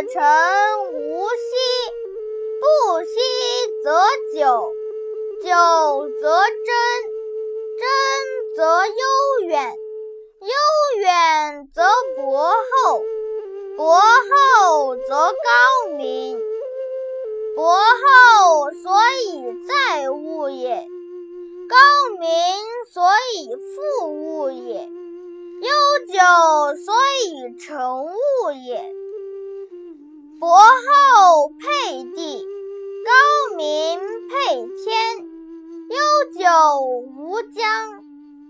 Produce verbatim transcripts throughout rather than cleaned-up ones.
成无息，不息则久，久则真，真则悠远，悠远则博厚，博厚则高明。博厚所以载物也，高明所以覆物也，悠久所以成物也。博厚配地，高明配天，悠久无疆。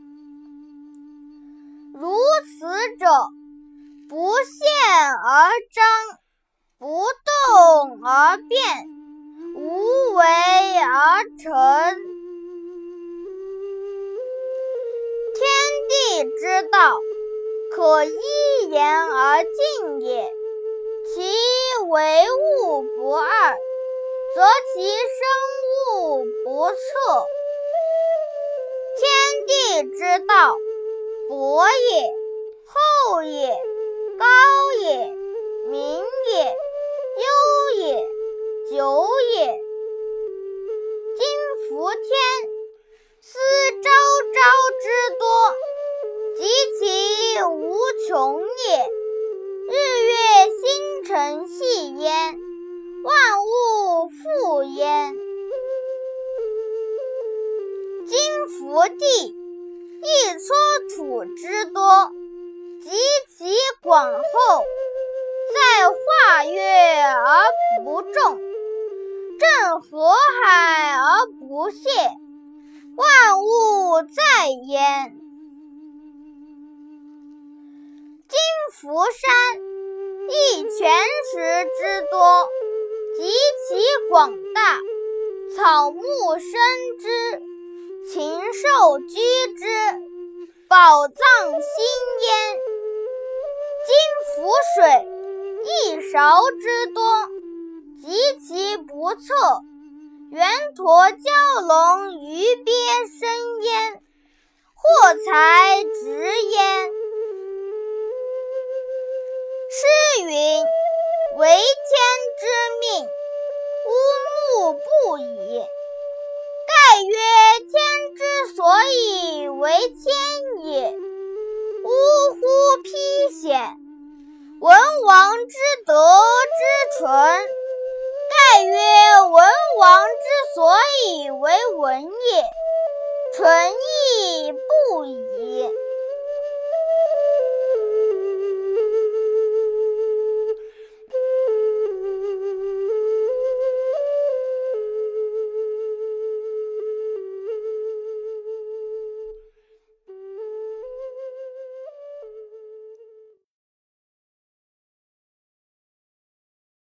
如此者，不陷而张，不动而变，无为而成。天地之道，可依言而尽也，其为物不二，则其生物不测。天地之道，博也，厚也，高也，明也，悠也，久也。今夫天，斯昭昭之多，及其无穷也。日月星辰系焉，万物复焉。今夫地，一撮土之多，及其广厚，在化月而不众，震河海而不泄，万物在焉。今夫山，一泉石之多，及其广大，草木生之，禽兽居之，宝藏兴焉。今夫水，一勺之多，及其不测，圆驼蛟龙鱼鳖生焉，货财直焉。诗云：为天之命，乌木不已。盖曰天之所以为天也，呜呼披显！文王之德之纯，盖曰文王之所以为文也，纯亦不已。